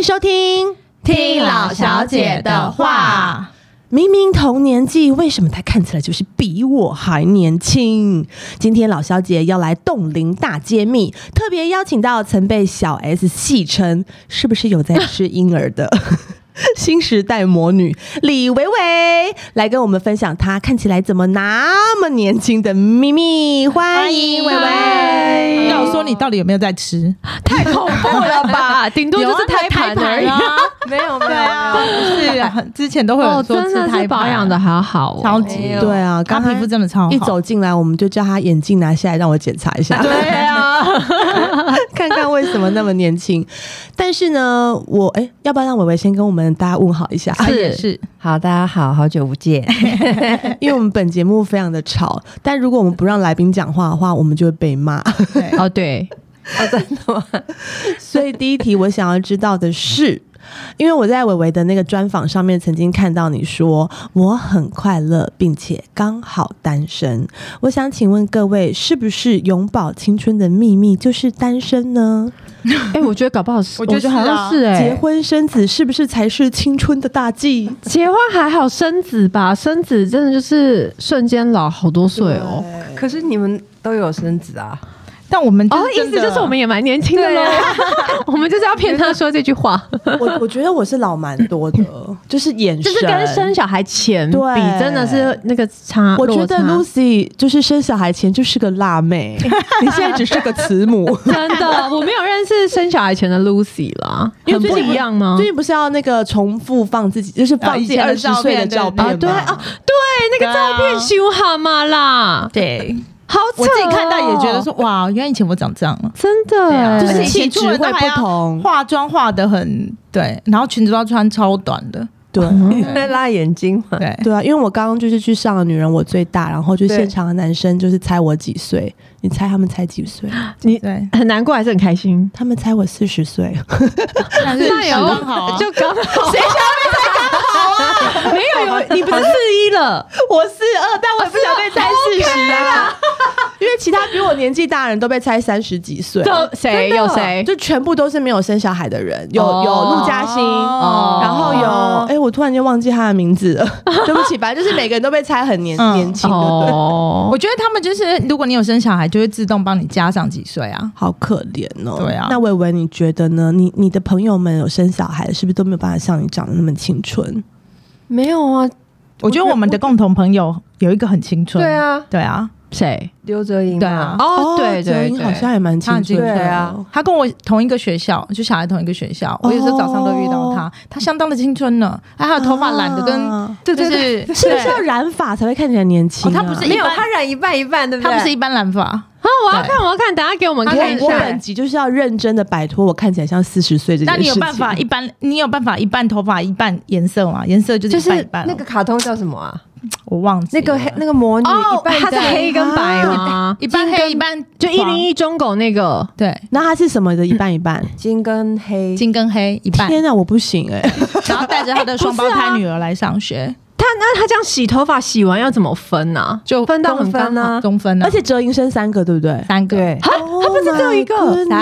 迎收听听老小姐的话。 明明同年纪，为什么她看起来就是比我还年轻？今天老小姐要来冻龄大揭秘，特别邀请到曾被小 S 戏称是不是有在吃婴儿的新时代魔女李维维，来跟我们分享她看起来怎么那么年轻的秘密。欢迎维维。 要说你到底有没有在吃？ 太恐怖了吧！顶多就是胎盘而已。 没有没有啊，不是啊，之前都会有说吃胎盘， 真的是保养的好好哦， 超级对啊， 她皮肤真的超好。 一走进来，我们就叫她眼镜拿下来，让我检查一下。 对啊， 看看为什么那么年轻。但是呢，要不要让伟伟先跟我们大家问好一下？ 是好，大家好，好久不见。 因为我们本节目非常的吵，但如果我们不让来宾讲话的话，我们就会被骂。 哦对， 哦，真的吗？ 所以第一题我想要知道的是，因为我在伟伟的那个专访上面曾经看到你说我很快乐并且刚好单身，我想请问各位，是不是永葆青春的秘密就是单身呢？ 我觉得搞不好是， 我觉得好像是结婚生子是不是才是青春的大忌？ 结婚还好，生子吧，生子真的就是瞬间老好多岁哦。 可是你们都有生子啊？ 但我们意思就是我们也蛮年轻的咯。我们就是要骗他说这句话。 我觉得我是老蛮多的，就是眼神， 就是跟生小孩前比，真的是那个差。 我觉得 Lucy 就是生小孩前就是个辣妹，你现在只是个慈母。 真的，我没有认识生小孩前的 Lucy 啦，很不一样吗？ 最近不是要那个重复放自己，就是放自己20岁的照片吗？ 对，那个照片修好嘛啦， 对。 好扯哦， 我自己看到也觉得说，哇，原来以前我长这样了， 真的， 就是气质会不同， 化妆化得很对，然后裙子都要穿超短的， 对， 因为拉眼睛嘛， 对啊，因为我刚刚就是去上了《女人我最大》，然后就现场的男生就是猜我几岁，你猜他们猜几岁？ 你对很难过还是很开心？ 他们猜我40岁， 那有刚好就刚好，谁想被猜刚好啊？没有，你不是41了， 我42，但我也不想被猜40啊。因为其他比我年纪大的人都被猜30几岁， 谁有谁？ 就全部都是没有生小孩的人，有陆嘉欣，然后有我突然间忘记他的名字了，对不起，反正就是每个人都被猜很年轻的。 我觉得他们就是，如果你有生小孩，就会自动帮你加上几岁啊， 好可怜哦。 对啊， 那伟伟你觉得呢？你的朋友们有生小孩，是不是都没有办法像你长得那么青春？ 没有啊， 我觉得我们的共同朋友有一个很青春。 对啊。 谁？ 刘哲英。 对啊， 对， 哲英好像也蛮青春的。 对啊， 他跟我同一个学校，就小孩同一个学校。我有时候早上都遇到他，他相当的青春呢。他还有头发染的跟， 对，是不是要染发才会看起来年轻？ 他不是没有，他染一半一半，对不对？ 他不是一般染发。 好，我要看，等下给我们看一下。 我本集就是要认真的摆脱我看起来像40岁这件事情。 那你有办法一半头发一半颜色吗？颜色就是一半一半。 那个卡通叫什么啊？ 我忘记了那个魔女一半， 它是黑跟白吗？ 一半黑一半， 就101中狗那个。 对， 那它是什么的一半一半？ 金跟黑一半。 天哪，我不行然后带着他的双胞胎女儿来上学。 那他这样洗头发洗完要怎么分啊？ 就分到很分啊， 中分啊。 而且哲英生3个，对不对 ？3个。 对， 他不是只有一个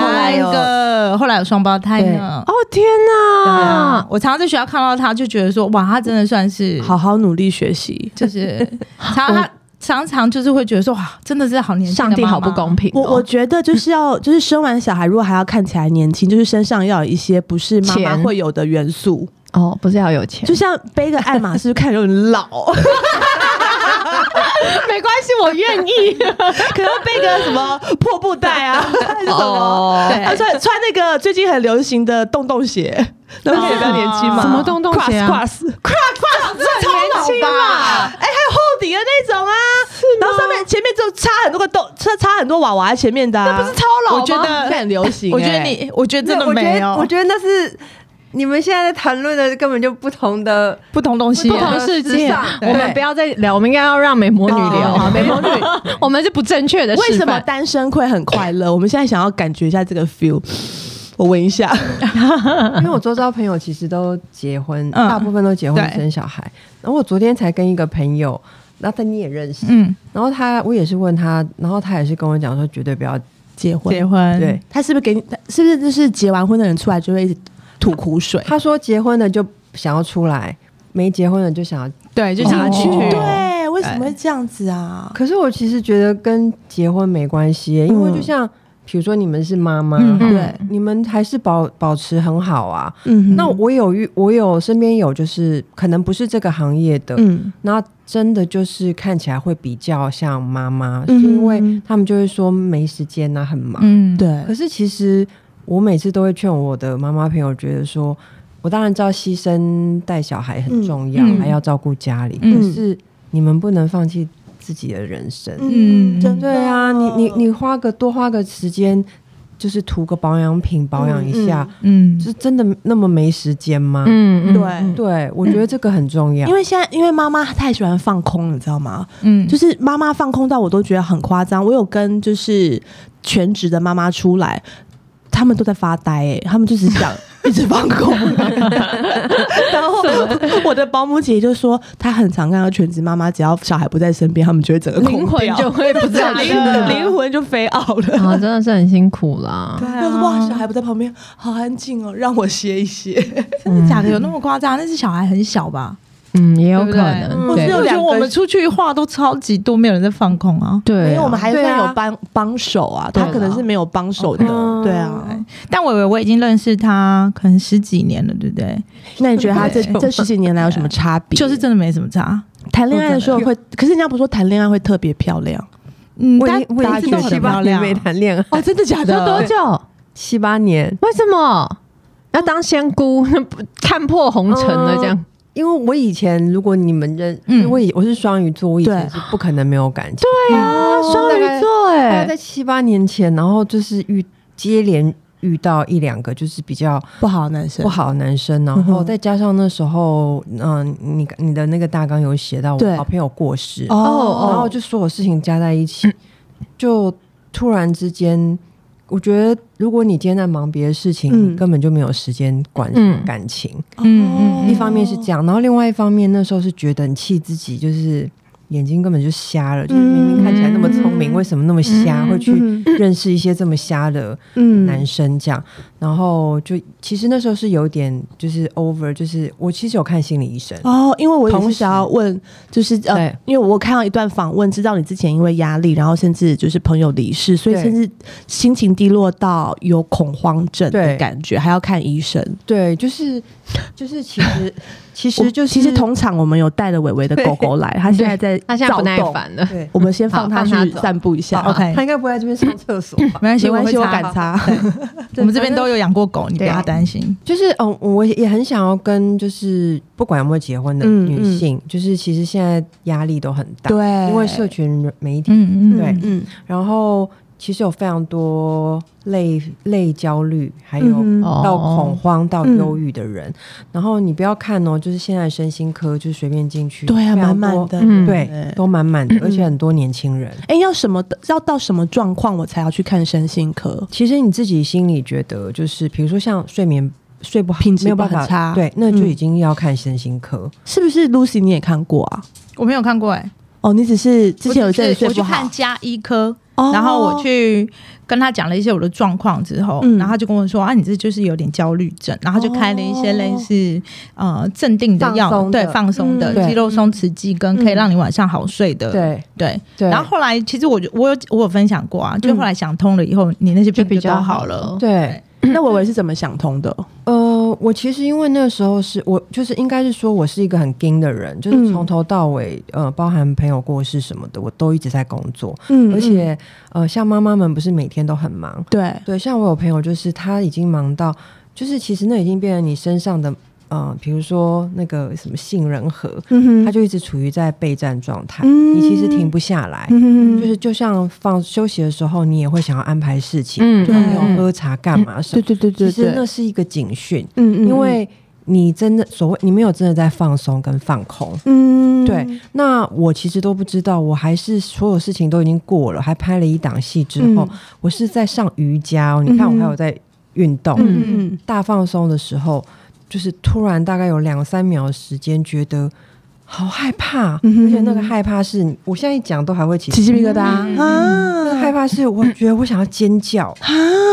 ，3个，后来有双胞胎呢。 哦天哪！ 我常常在学校看到他，就觉得说，哇，他真的算是好好努力学习， 就是他常常就是会觉得说，哇，真的是好年轻， 上帝好不公平。 我觉得就是生完小孩，如果还要看起来年轻，就是身上要有一些不是妈妈会有的元素。 不是要有钱， 就像背个爱马仕看有点老。 没关系，我愿意。 可能背个什么破布袋啊，还是什么？他穿那个最近很流行的洞洞鞋，那不是比较年轻吗？ 什么洞洞鞋啊 ？Cross，这超年轻吧？还有厚底的那种啊，然后上面前面就插很多个洞，插很多娃娃在前面的， 那不是超老吗？ 我觉得很流行。 我觉得真的没有， 我觉得那是。你们现在在谈论的根本就不同东西， 不同世界。我们不要再聊，我们应该要让美魔女聊。美魔女，我们是不正确的示范。 为什么单身会很快乐？我们现在想要感觉一下这个 feel。我闻一下， 因为我周遭朋友其实都结婚，大部分都结婚生小孩。然后我昨天才跟一个朋友，然后你也认识，然后我也是问他，然后他也是跟我讲说，绝对不要结婚。 对， 他是不是给你？是不是就是结完婚的人出来就会一直吐苦水。 他说结婚的就想要出来，没结婚的就想要对，就想要去。 对，为什么会这样子啊？ 可是我其实觉得跟结婚没关系，因为就像比如说你们是妈妈， 对， 你们还是保持很好啊。那我有身边有就是可能不是这个行业的，那真的就是看起来会比较像妈妈，是因为他们就会说没时间啊，很忙。 对。 可是其实我每次都会劝我的妈妈朋友，觉得说我当然知道牺牲带小孩很重要，还要照顾家里，可是你们不能放弃自己的人生。对啊，你多花个时间，就是涂个保养品保养一下，是真的那么没时间吗？对，我觉得这个很重要。 因为妈妈太喜欢放空，你知道吗？就是妈妈放空到我都觉得很夸张。我有跟就是全职的妈妈出来，他们都在发呆，他们就只想一直放空。然后我的保姆姐就说，她很常看到全职妈妈，只要小孩不在身边，他们就会整个灵魂就会不在， 灵魂就飞out了。 啊，真的是很辛苦啦。 对啊，哇，小孩不在旁边，好安静哦，让我歇一歇。 真的假的？有那么夸张？那是小孩很小吧？ 也有可能。 对，我觉得我们出去话都超级多，没有人在放空啊。 对， 因为我们还算有帮手啊，他可能是没有帮手的。对啊， 但我已经认识他可能10几年了，对不对？ 那你觉得他这10几年来有什么差别？ 就是真的没什么差。 谈恋爱的时候会，可是人家不说谈恋爱会特别漂亮。 我一直都很漂亮，没谈恋爱。 哦，真的假的？ 说多久 ？7、8年。 为什么要当仙姑，看破红尘了这样？ 因为我以前，如果你们因为我是双鱼座，我以前是不可能没有感情。 对啊，双鱼座大概在7、8年前，然后就是接连遇到1、2个就是比较不好的男生，然后再加上那时候，你的那个大纲有写到我好朋友过世，然后就所有事情加在一起，就突然之间。我觉得，如果你今天在忙别的事情，你根本就没有时间管感情。一方面是这样，然后另外一方面，那时候是觉得很气自己，就是眼睛根本就瞎了，就是明明看起来那么聪明，为什么那么瞎，会去认识一些这么瞎的男生这样。然后就其实那时候是有点就是 over， 就是我其实有看心理医生因为我也是想要问，就是因为我看到一段访问，知道你之前因为压力，然后甚至就是朋友离世，所以甚至心情低落到有恐慌症的感觉，还要看医生。 对，就是其实同场我们有带着伟伟的狗狗来，他现在不耐烦了。 对，我们先放他去散步一下。 OK， 他应该不会在这边上厕所吧？ 没关系， 我敢擦。 我们这边都有养过狗，你不要担心。 就是我也很想要跟就是不管有没有结婚的女性，就是其实现在压力都很大， 对， 因为社群媒体，对，然后其实有非常多类焦虑，还有到恐慌到忧郁的人。然后你不要看就是现在身心科就是随便进去， 对啊，满满的， 对，都满满的，而且很多年轻人。 要到什么状况我才要去看身心科？ 其实你自己心里觉得，就是比如说像睡不好， 品质没有办法很差， 对，那就已经要看身心科。 是不是 Lucy 你也看过啊？ 我没有看过你只是之前有阵子睡不好， 我去看家医科。然后我去跟他讲了一些我的状况之后，然后他就跟我说你这就是有点焦虑症，然后就开了一些类似镇定的药，对，放松的肌肉松弛剂跟可以让你晚上好睡的，对。然后后来其实我有分享过啊，就后来想通了以后，你那些病就都好了， 对。 那伟伟是怎么想通的？ 我其实因为那时候我就是应该是说我是一个很硬的人，就是从头到尾包含朋友过世什么的，我都一直在工作，而且像妈妈们不是每天都很忙，对，像我有朋友就是他已经忙到，就是其实那已经变成你身上的。比如说那个什么杏仁核，他就一直处于在备战状态，你其实停不下来，就是就像休息的时候，你也会想要安排事情，就没有喝茶干嘛什么， 对， 其实那是一个警讯，因为你真的你没有真的在放松跟放空，对。那我其实都不知道，我还是所有事情都已经过了，还拍了一档戏之后，我是在上瑜伽你看我还有在运动，大放松的时候。就是突然大概有2、3秒的时间，觉得好害怕，而且那个害怕是我现在一讲都还会起鸡皮疙瘩那个害怕是我觉得我想要尖叫，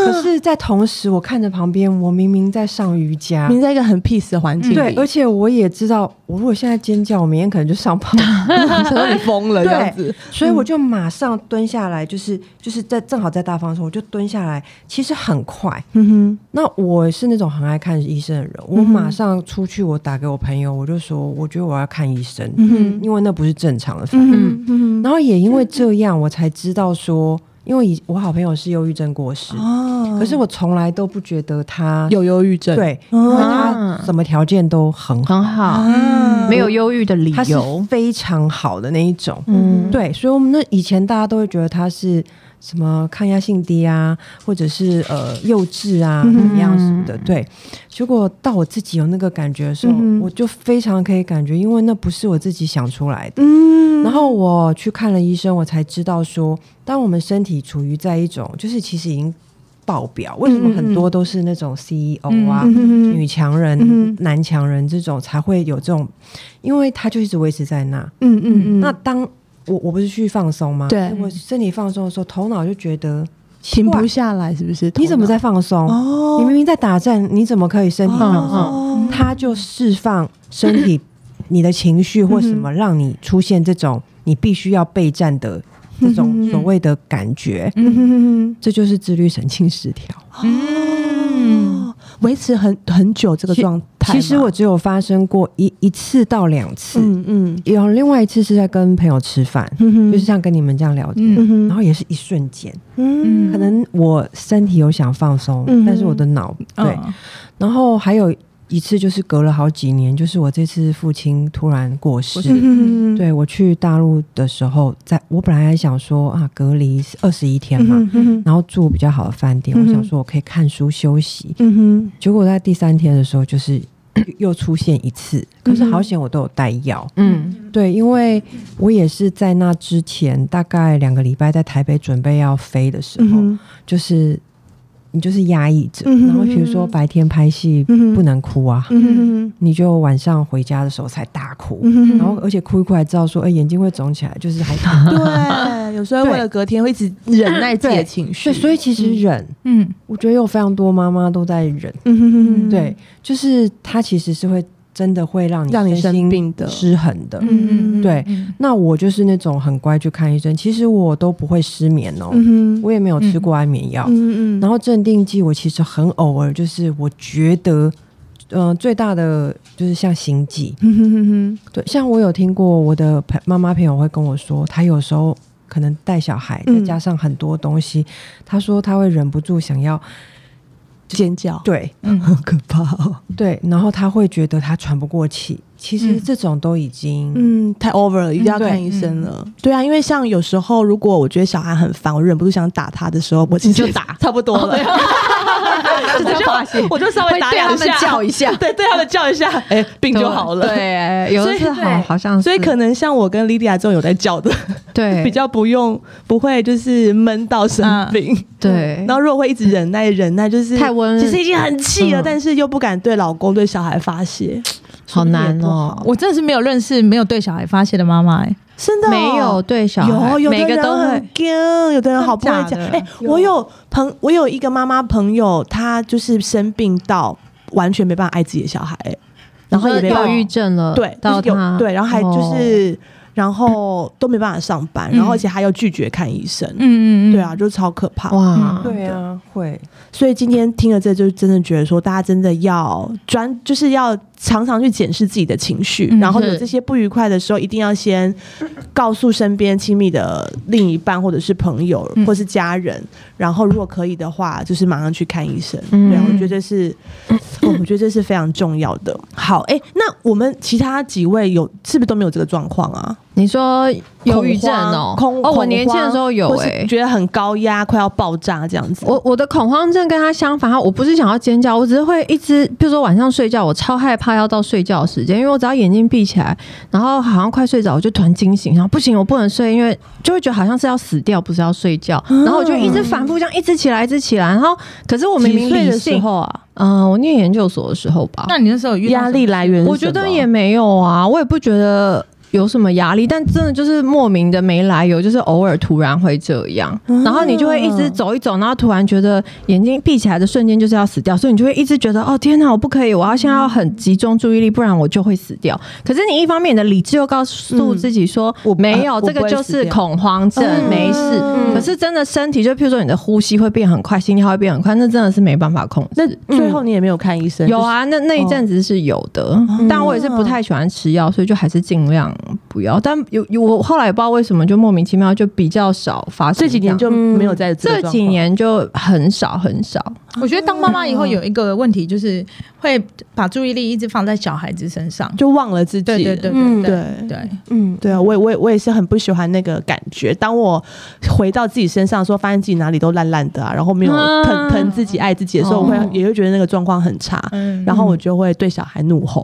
可是在同时我看着旁边，我明明在上瑜伽， 明明在一个很 peace 的环境里， 对，而且我也知道，我如果现在尖叫，我明天可能就上跑， 想说你疯了这样子， 所以我就马上蹲下来，就是在正好在大放松，我就蹲下来，其实很快。那我是那种很爱看医生的人，我马上出去，我打给我朋友，我就说我觉得我要看医生，因为那不是正常的反应。然后也因为这样，我才知道说，因为我好朋友是忧郁症过世，可是我从来都不觉得他有忧郁症， 对，因为他什么条件都很好， 没有忧郁的理由， 他是非常好的那一种。对，所以我们那以前大家都会觉得他是什么抗压性低啊，或者是幼稚啊，怎么样什么的。对，结果到我自己有那个感觉的时候，我就非常可以感觉，因为那不是我自己想出来的。然后我去看了医生，我才知道说，当我们身体处于在一种就是其实已经爆表，为什么很多都是那种 CEO 啊、女强人、男强人这种才会有这种，因为他就一直维持在那。那当我不是去放松吗？ 对， 我身体放松的时候，头脑就觉得停不下来，是不是？ 你怎么在放松？你明明在打战，你怎么可以身体放松？他就释放身体你的情绪或什么，让你出现这种你必须要备战的这种所谓的感觉。这就是自律神经失调。 维持很久这个状态。 其实我只有发生过一次到2次，有另外一次是在跟朋友吃饭，就是像跟你们这样聊天，然后也是一瞬间，可能我身体有想放松，但是我的脑对，然后还有一次就是隔了好几年，就是我这次父亲突然过世，对，我去大陆的时候，我本来还想说啊，隔离21天嘛，然后住比较好的饭店，我想说我可以看书休息，结果在第3天的时候就是又出现一次，可是好险我都有带药，对，因为我也是在那之前大概2个礼拜在台北准备要飞的时候，就是你就是压抑着，然后比如说白天拍戏不能哭啊，你就晚上回家的时候才大哭，然后而且哭一哭还知道说眼睛会肿起来，就是还对，有时候为了隔天会一直忍耐自己的情绪， 所以其实忍，我觉得有非常多妈妈都在忍，对，就是它其实是会真的会让你生病的失衡的，对。那我就是那种很乖去看医生，其实我都不会失眠哦，我也没有吃过安眠药，然后镇定剂我其实很偶尔，就是我觉得最大的就是像心悸，对，像我有听过我的妈妈朋友会跟我说，她有时候可能带小孩再加上很多东西，她说她会忍不住想要尖叫， 对， 好可怕哦。 对，然后他会觉得他喘不过气，其实这种都已经太 over 了，一定要看医生了。对啊，因为像有时候如果我觉得小孩很烦，我忍不住想打他的时候，我其实就打差不多了。我就稍微打2下， 对他们叫一下， 对他们叫一下，病就好了。 对，有的是好像是， 所以可能像我跟 Lydia 这种有在叫的， 对， 比较不会就是闷到生病。 对， 然后如果会一直忍耐，就是太温， 其实已经很气了，但是又不敢对老公对小孩发泄， 好难哦。 我真的是没有认识没有对小孩发泄的妈妈， 真的没有对小孩， 有的人每个都很硬，有的人好不会讲。我有一个妈妈朋友，她就是生病到完全没办法爱自己的小孩，然后也没忧郁症了， 对， 到他对，然后还就是然后都没办法上班，然后而且还要拒绝看医生，对啊，就超可怕， 哇， 对啊，会。 所以今天听了这就真的觉得说，大家真的要就是要常常去检视自己的情绪，然后有这些不愉快的时候，一定要先告诉身边亲密的另一半或者是朋友或是家人，然后如果可以的话，就是马上去看医生。对，我觉得这是非常重要的。好，那我们其他几位是不是都没有这个状况啊？ 你说忧郁症哦？我年轻的时候有觉得很高压，快要爆炸这样子。 我的恐慌症跟他相反，我不是想要尖叫，我只是会一直，比如说晚上睡觉，我超害怕要到睡觉的时间，因为我只要眼睛闭起来，然后好像快睡着，我就突然惊醒，然后不行，我不能睡，因为就会觉得好像是要死掉，不是要睡觉，然后我就一直反复这样，一直起来，然后可是我明明理性的时候啊。 我念研究所的时候吧。 那你那时候有遇到压力来源是什么？ 我觉得也没有啊，我也不觉得。 有什么压力，但真的就是莫名的没来由，就是偶尔突然会这样，然后你就会一直走一走，然后突然觉得眼睛闭起来的瞬间就是要死掉，所以你就会一直觉得哦天哪，我不可以，我要现在要很集中注意力，不然我就会死掉。可是你一方面你的理智又告诉自己说，没有，这个就是恐慌症，没事。可是真的身体就譬如说你的呼吸会变很快，心跳会变很快，那真的是没办法控制。 那最后你也没有看医生？ 有啊，那一阵子是有的，但我也是不太喜欢吃药，所以就还是尽量不要。但我后来也不知道为什么，就莫名其妙就比较少发生。 这几年就没有在这几年就很少很少。 我觉得当妈妈以后有一个问题，就是会把注意力一直放在小孩子身上， 就忘了自己。 对， 对啊，我也是很不喜欢那个感觉。当我回到自己身上的时候，发现自己哪里都烂烂的啊，然后没有疼自己、爱自己的时候，也会觉得那个状况很差，然后我就会对小孩怒吼。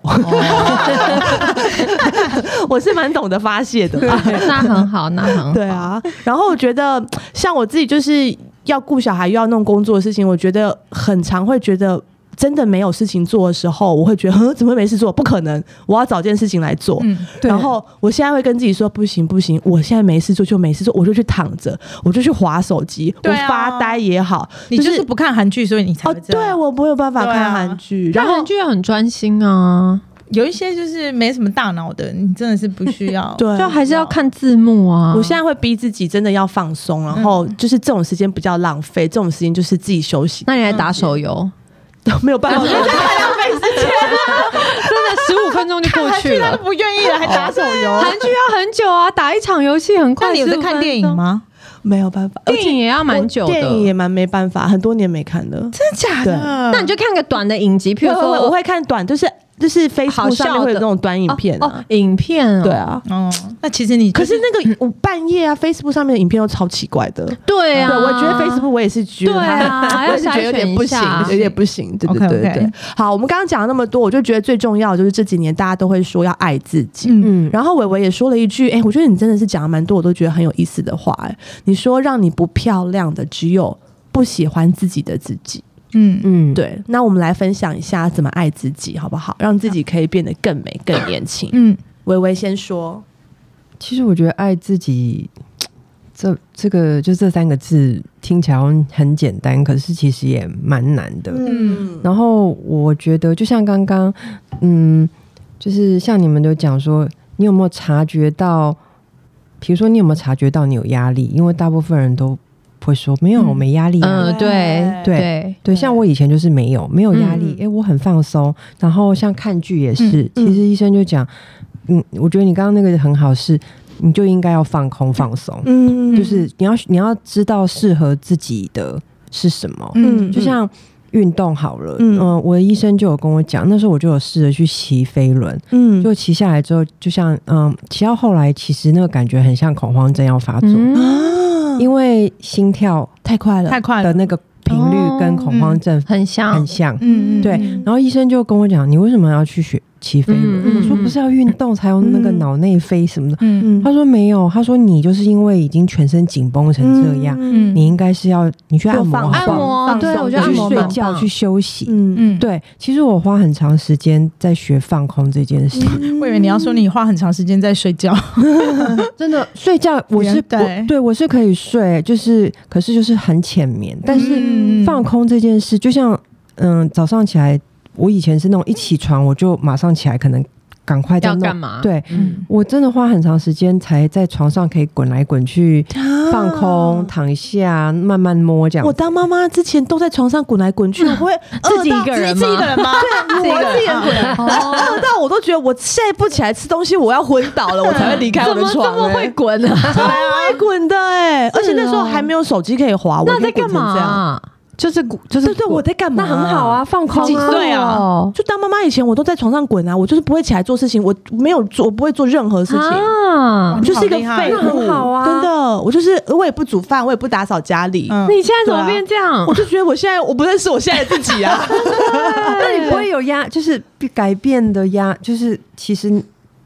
我是蛮懂得发泄的， 那很好，那很好。 对啊，然后我觉得像我自己就是要顾小孩又要弄工作的事情，我觉得很常会觉得真的没有事情做的时候，我会觉得怎么会没事做？不可能，我要找件事情来做。然后我现在会跟自己说不行，我现在没事做就没事做，我就去躺着，我就去滑手机，我发呆也好。 你就是不看韩剧，所以你才会这样。 对，我没有办法看韩剧， 然后韩剧很专心啊。 有一些就是没什么大脑的，你真的是不需要， 对，就还是要看字幕啊。 我现在会逼自己真的要放松，然后就是这种时间不叫浪费，这种时间就是自己休息。 那你来打手游， 没有办法，太浪费时间了， 真的15分钟就过去了， 不愿意了还打手游。 韩剧要很久啊，打一场游戏很快。 那你有在看电影吗？ 没有办法， 电影也要蛮久的， 电影也蛮没办法，很多年没看了。 真的假的？ 那你就看个短的影集，譬如说我会看短，就是 Facebook 上面会有那种短影片影片对啊， 那其实你可是那个我半夜啊 Facebook 上面的影片都超奇怪的， 对啊， 对，我觉得 Facebook 我也是觉得我也是觉得有点不行，有点不行，对。好，我们刚刚讲了那么多，我就觉得最重要的就是这几年大家都会说要爱自己，然后伟伟也说了一句，我觉得你真的是讲了蛮多我都觉得很有意思的话，你说让你不漂亮的只有不喜欢自己的自己。对，那我们来分享一下怎么爱自己好不好，让自己可以变得更美更年轻。微微先说。 其实我觉得爱自己这个就这3个字听起来很简单，可是其实也蛮难的。然后我觉得就像刚刚就是像你们都讲说，你有没有察觉到，比如说你有没有察觉到你有压力，因为大部分人都会说没有，我没压力啊。对，像我以前就是没有压力，我很放松。然后像看剧也是，其实医生就讲，我觉得你刚刚那个很好，是你就应该要放空放松，就是你要知道适合自己的是什么，就像运动好了，我的医生就有跟我讲，那时候我就有试着去骑飞轮，就骑下来之后，就像骑到后来，其实那个感觉很像恐慌症要发作。因为心跳太快了的那个频率跟恐慌症很像，对。然后医生就跟我讲，你为什么要去学骑飞轮？我说不是要运动才有那个脑内飞什么的。他说没有，他说你就是因为已经全身紧绷成这样，你应该是你去按摩好不好？对，我觉得按摩去睡觉去休息。对。其实我花很长时间在学放空这件事。 我以为你要说你花很长时间在睡觉。 真的睡觉我是可以睡，可是就是很浅眠。但是放空这件事，就像早上起来，我以前是那种一起床我就马上起来，可能赶快在要干嘛？ 对，我真的花很长时间才在床上可以滚来滚去，放空，躺一下，慢慢摸这样。 我当妈妈之前都在床上滚来滚去，我会自己一个人吗？ 对，我自己一个人滚，饿到我都觉得我现在不起来吃东西，我要昏倒了，我才会离开我的床。 怎么会滚啊？ 超会滚的而且那时候还没有手机可以滑， 那在干嘛？就是对，我在干嘛？ 那很好啊，放空啊。 几岁啊？就当妈妈以前，我都在床上滚啊，我就是不会起来做事情，我不会做任何事情我就是一个废物， 很好啊， 真的，我也不煮饭，我也不打扫家里。 你现在怎么变这样？ 我就觉得我不认识我现在的自己啊。 那你不会有就是改变的就是其实。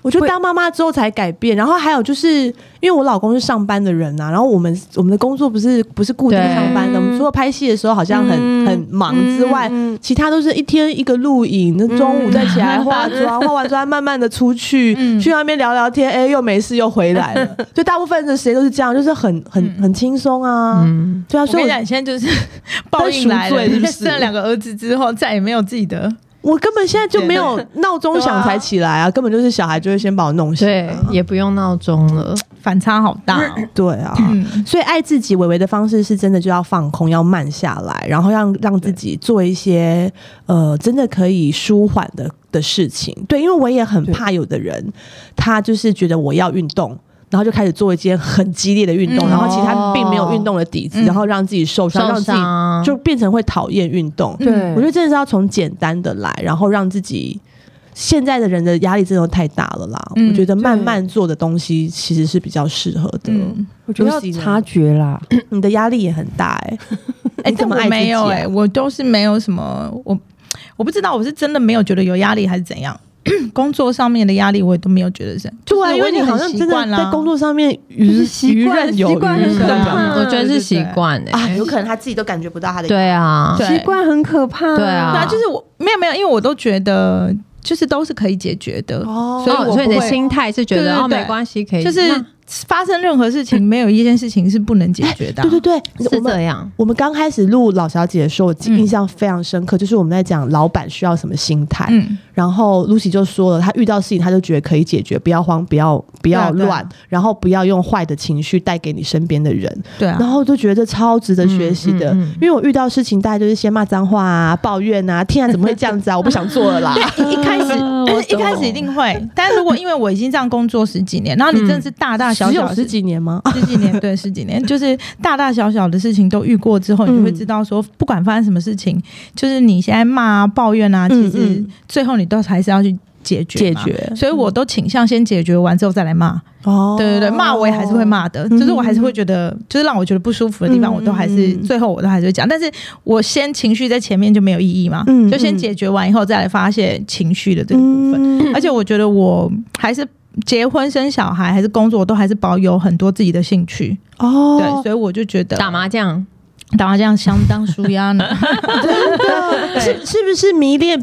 我觉得当妈妈之后才改变。然后还有就是因为我老公是上班的人啊，然后我们的工作不是固定上班的，我们除了拍戏的时候好像很忙之外，其他都是一天一个录影，那中午再起来化妆，化完妆慢慢的出去去那边聊聊天，又没事又回来了。就大部分的时间都是这样，就是很轻松啊。对啊，所以我跟你讲，现在就是报应来了，生了2个儿子之后，再也没有自己的。 我根本现在就没有闹钟响才起来啊，根本就是小孩就会先把我弄醒， 对，也不用闹钟了， 反差好大哦。 对啊，所以爱自己微微的方式是真的就要放空，要慢下来，然后让自己做一些真的可以舒缓的事情。对，因为我也很怕有的人，他就是觉得我要运动。然后就开始做一件很激烈的运动，然后其实他并没有运动的底子，然后让自己受伤，让自己就变成会讨厌运动。 对， 我觉得真的是要从简单的来，然后让自己现在的人的压力真的太大了啦。我觉得慢慢做的东西其实是比较适合的。 我觉得要察觉啦， 你的压力也很大你怎么爱自己没有我都是没有什么，我不知道我是真的没有觉得有压力还是怎样。工作上面的压力我也都没有觉得是， 对啊，因为你好像真的在工作上面游刃有余， 我觉得是习惯有可能他自己都感觉不到他的对啊， 习惯很可怕。 对啊， 就是我没有，因为我都觉得就是都是可以解决的， 所以你的心态是觉得没关系，可以就是发生任何事情，没有一件事情是不能解决的。 对， 是这样。 我们刚开始录老小姐的时候，我印象非常深刻，就是我们在讲老板需要什么心态。然后 Lucy 就说了，她遇到事情她就觉得可以解决，不要慌，不要乱，然后不要用坏的情绪带给你身边的人。 对啊， 然后就觉得超值得学习的，因为我遇到事情大概就是先骂脏话啊、抱怨啊，天啊怎么会这样子啊，我不想做了啦。 一开始一定会，但如果因为我已经这样工作10几年，然后你真的是大大小小 10几年吗 ？10几年，对，10几年，就是大大小小的事情都遇过之后，你就会知道说，不管发生什么事情，就是你现在骂啊、抱怨啊，其实最后你都还是要去解决，所以我都倾向先解决完之后再来骂。对，骂我也还是会骂的，就是我还是会觉得，就是让我觉得不舒服的地方，我都还是最后我都还是会讲，但是我先情绪在前面就没有意义嘛，就先解决完以后再来发泄情绪的这个部分。而且我觉得我还是结婚生小孩还是工作，我都还是保有很多自己的兴趣。对，所以我就觉得打麻将相当舒压呢。 是不是迷恋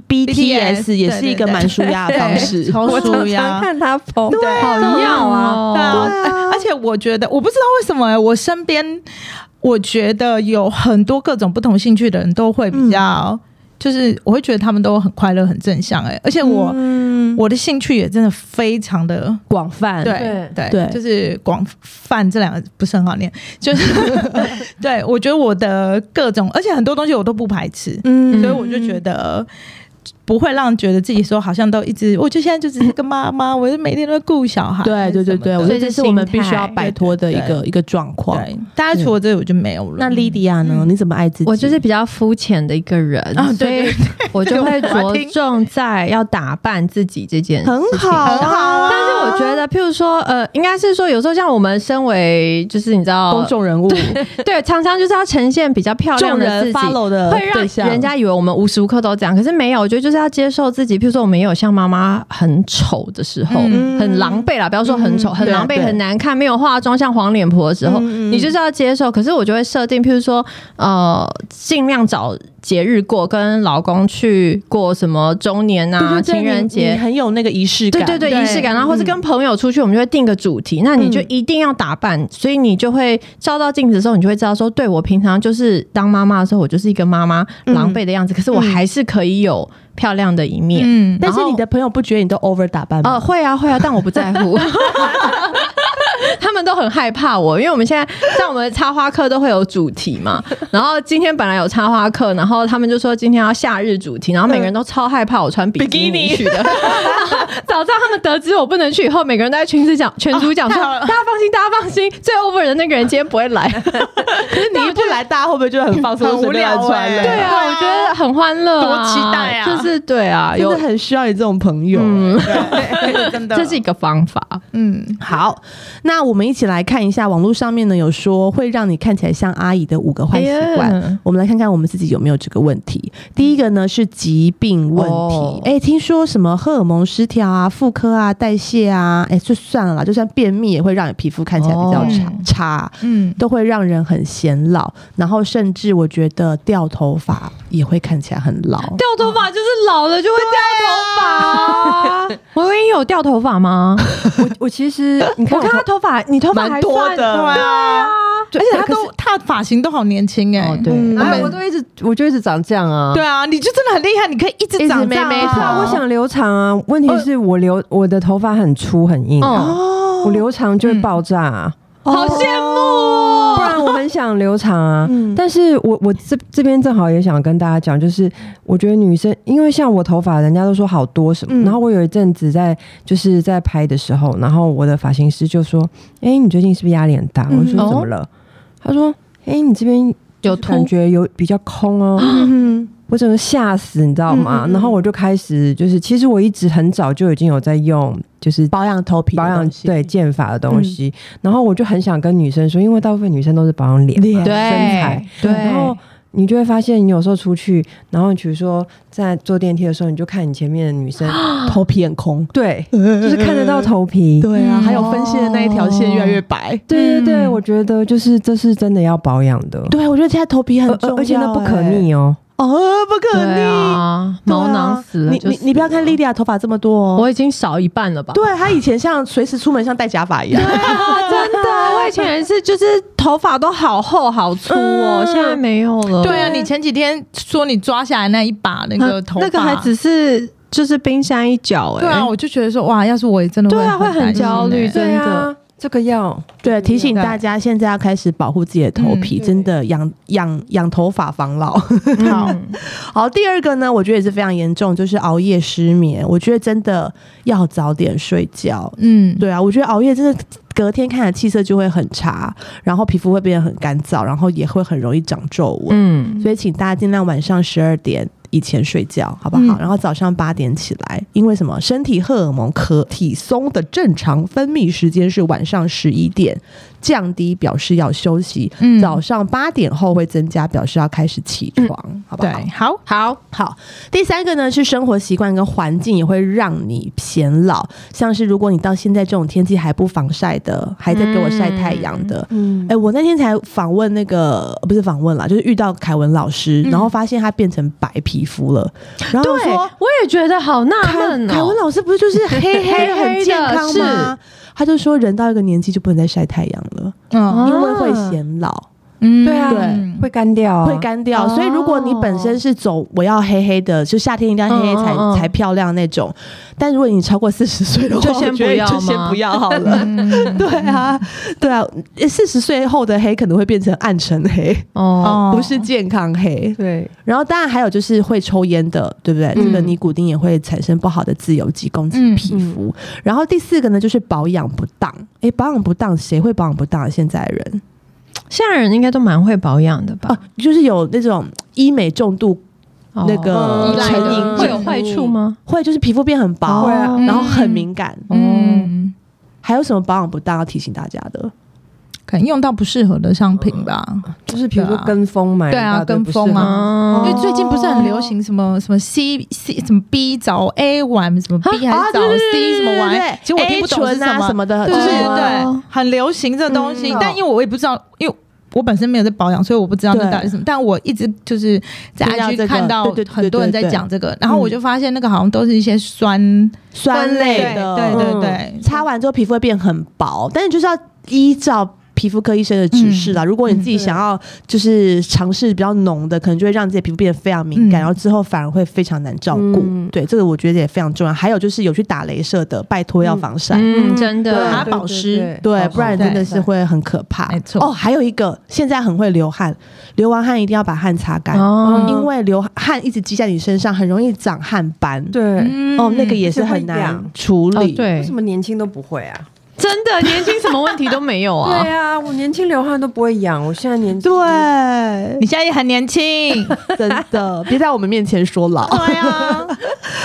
BTS 也是一个蛮舒压的方式？ 超舒压， 看他捧， 对，好要啊！ 而且我觉得，我不知道为什么我身边，我觉得有很多各种不同兴趣的人都会比较。就是我会觉得他们都很快乐很正向而且我的兴趣也真的非常的广泛， 对，就是广泛这2个不是很好念，就是对，我觉得我的各种，而且很多东西我都不排斥，所以我就觉得不会让觉得自己说好像都一直，我就现在就只是个妈妈，我就每天都在顾小孩。 对，我觉得这是我们必须要摆脱的一个状况。 对，大家除了这个我就没有了。 那莉迪亚呢？你怎么爱自己？ 我就是比较肤浅的一个人，所以我就会着重在要打扮自己这件事情。 很好啊。 但是我觉得，譬如说，应该是说，有时候像我们身为就是你知道公众人物， 对，常常就是要呈现比较漂亮的自己，会让人家以为我们无时无刻都这样。可是没有，我觉得就是要接受自己。譬如说，我们也有像妈妈很丑的时候，很狼狈啦，不要说很丑，很狼狈、很难看，没有化妆像黄脸婆的时候，你就是要接受。可是我就会设定，譬如说，尽量找节日过，跟老公去过什么周年啊、情人节， 你很有那个仪式感， 对，仪式感。然后或是跟朋友出去，我们就会定个主题，那你就一定要打扮，所以你就会照到镜子的时候，你就会知道说，对，我平常就是当妈妈的时候，我就是一个妈妈狼狈的样子，可是我还是可以有漂亮的一面。 但是你的朋友不觉得你都 over 打扮吗？ 会啊，但我不在乎。他们都很害怕我，因为我们现在像我们插花课都会有主题嘛，然后今天本来有插花课，然后他们就说今天要夏日主题，然后每个人都超害怕我穿比基尼去的。早上他们得知我不能去以后，每个人都在群组讲说大家放心，最 over 的那个人今天不会来。 可是你一不来，大家会不会就很放松、 很无聊穿了？ 对啊，我觉得很欢乐， 多期待啊！ 就是对啊， 真的很需要你这种朋友。 真的， 这是一个方法。 好，那那我们一起来看一下网络上面呢有说会让你看起来像阿姨的5个坏习惯，我们来看看我们自己有没有这个问题。第一个呢是疾病问题，听说什么荷尔蒙失调啊、妇科啊、代谢啊，就算了啦，就算便秘也会让你皮肤看起来比较差，都会让人很显老，然后甚至我觉得掉头发也会看起来很老。 掉头发就是老了就会掉头发。我也有掉头发吗？ 我其实你看我看他头发，你头发还多的， 对啊，而且他的发型都好年轻对， 我就一直长这样啊。 对啊，你就真的很厉害，你可以一直长这样我想留长啊，问题是我的头发很粗很硬我留长就会爆炸啊。 好羡慕哦！ 不然我很想留长啊，但是我这边正好也想跟大家讲，就是我觉得女生，因为像我头发，人家都说好多什么，然后我有一阵子就是在拍的时候，然后我的发型师就说：“你最近是不是压力很大？”我说：“怎么了？”他说：“你这边有感觉有比较空哦。”我整个吓死，你知道吗？然后我就开始其实我一直很早就已经有在用，就是保养头皮、 对健发的东西。然后我就很想跟女生说，因为大部分女生都是保养脸、身材， 对。 然后你就会发现，你有时候出去，然后比如说在坐电梯的时候，你就看你前面的女生头皮很空， 对，就是看得到头皮， 对啊，还有分线的那一条线越来越白， 对对对，我觉得这是真的要保养的。 对，我觉得现在头皮很重要， 而且那不可逆哦。 不可逆毛囊死了。 你不要看莉莉亚头发这么多我已经少一半了吧？ 对，她以前像随时出门像戴假发一样。 对啊，真的，我以前也是，就是头发都好厚好粗现在没有了。 对啊，你前几天说你抓下来那一把那个头发， 那个还只是就是冰山一角对啊，我就觉得说哇，要是我也真的会很焦虑，真的。 这个要对提醒大家，现在要开始保护自己的头皮，真的养头发防老。好，第二个呢，我觉得也是非常严重，就是熬夜失眠。我觉得真的要早点睡觉。对啊，我觉得熬夜真的隔天看的气色就会很差，然后皮肤会变得很干燥，然后也会很容易长皱纹。所以请大家尽量晚上12点以前睡觉，好不好？然后早上8点起来，因为什么？身体荷尔蒙体松的正常分泌时间是晚上11点，降低表示要休息。早上8点后会增加，表示要开始起床，好不好？ 对，好。 第三个呢是生活习惯跟环境也会让你显老，像是如果你到现在这种天气还不防晒的，还在给我晒太阳的，我那天才访问不是访问啦，就是遇到凯文老师，然后发现他变成白皮肤了，然后说我也觉得好纳闷凯文老师不是就是黑黑很健康吗？他就说人到一个年纪就不能再晒太阳了，因为会显老。 对啊，会干掉， 所以如果你本身是走我要黑黑的，就夏天一定要黑黑才漂亮那种，但如果你超过40岁的话， 就先不要好了。对啊，40岁后的黑可能会变成暗沉黑不是健康黑。 对， 然后当然还有就是会抽烟的，对不对？这个尼古丁也会产生不好的自由基攻击皮肤。然后第4个呢就是保养不当。保养不当，谁会保养不当？现在人。 现在人应该都蛮会保养的吧？ 就是有那种医美重度那个成瘾， 会有坏处吗？ 会，就是皮肤变很薄，然后很敏感。还有什么保养不当要提醒大家的？ 可能用到不适合的商品吧， 就是比如说跟风买， 对啊，跟风啊。因为最近不是很流行什么 C 什么 B 找 A 玩，什么 B 还是找 C 什么玩？其实我听不懂是什么的， 就是对，很流行这东西。但因为我也不知道，因为我本身没有在保养，所以我不知道那到底是什么。但我一直就是在 IG 看到很多人在讲这个，然后我就发现那个好像都是一些酸类的， 对， 擦完之后皮肤会变很薄，但是就是要依照皮肤科医生的指示啦。如果你自己想要就是尝试比较浓的，可能就会让自己的皮肤变得非常敏感，然后之后反而会非常难照顾。对，这个我觉得也非常重要。还有就是有去打雷射的，拜托要防晒， 真的打保湿，对，不然真的是会很可怕。 没错。 还有一个，现在很会流汗，流完汗一定要把汗擦干，因为流汗一直积在你身上，很容易长汗斑。 对， 那个也是很难处理。 对， 为什么年轻都不会啊？ 真的年轻什么问题都没有啊？ 对啊，我年轻流汗都不会痒，我现在年轻。 对， 你现在也很年轻， 真的，别在我们面前说老。 对啊。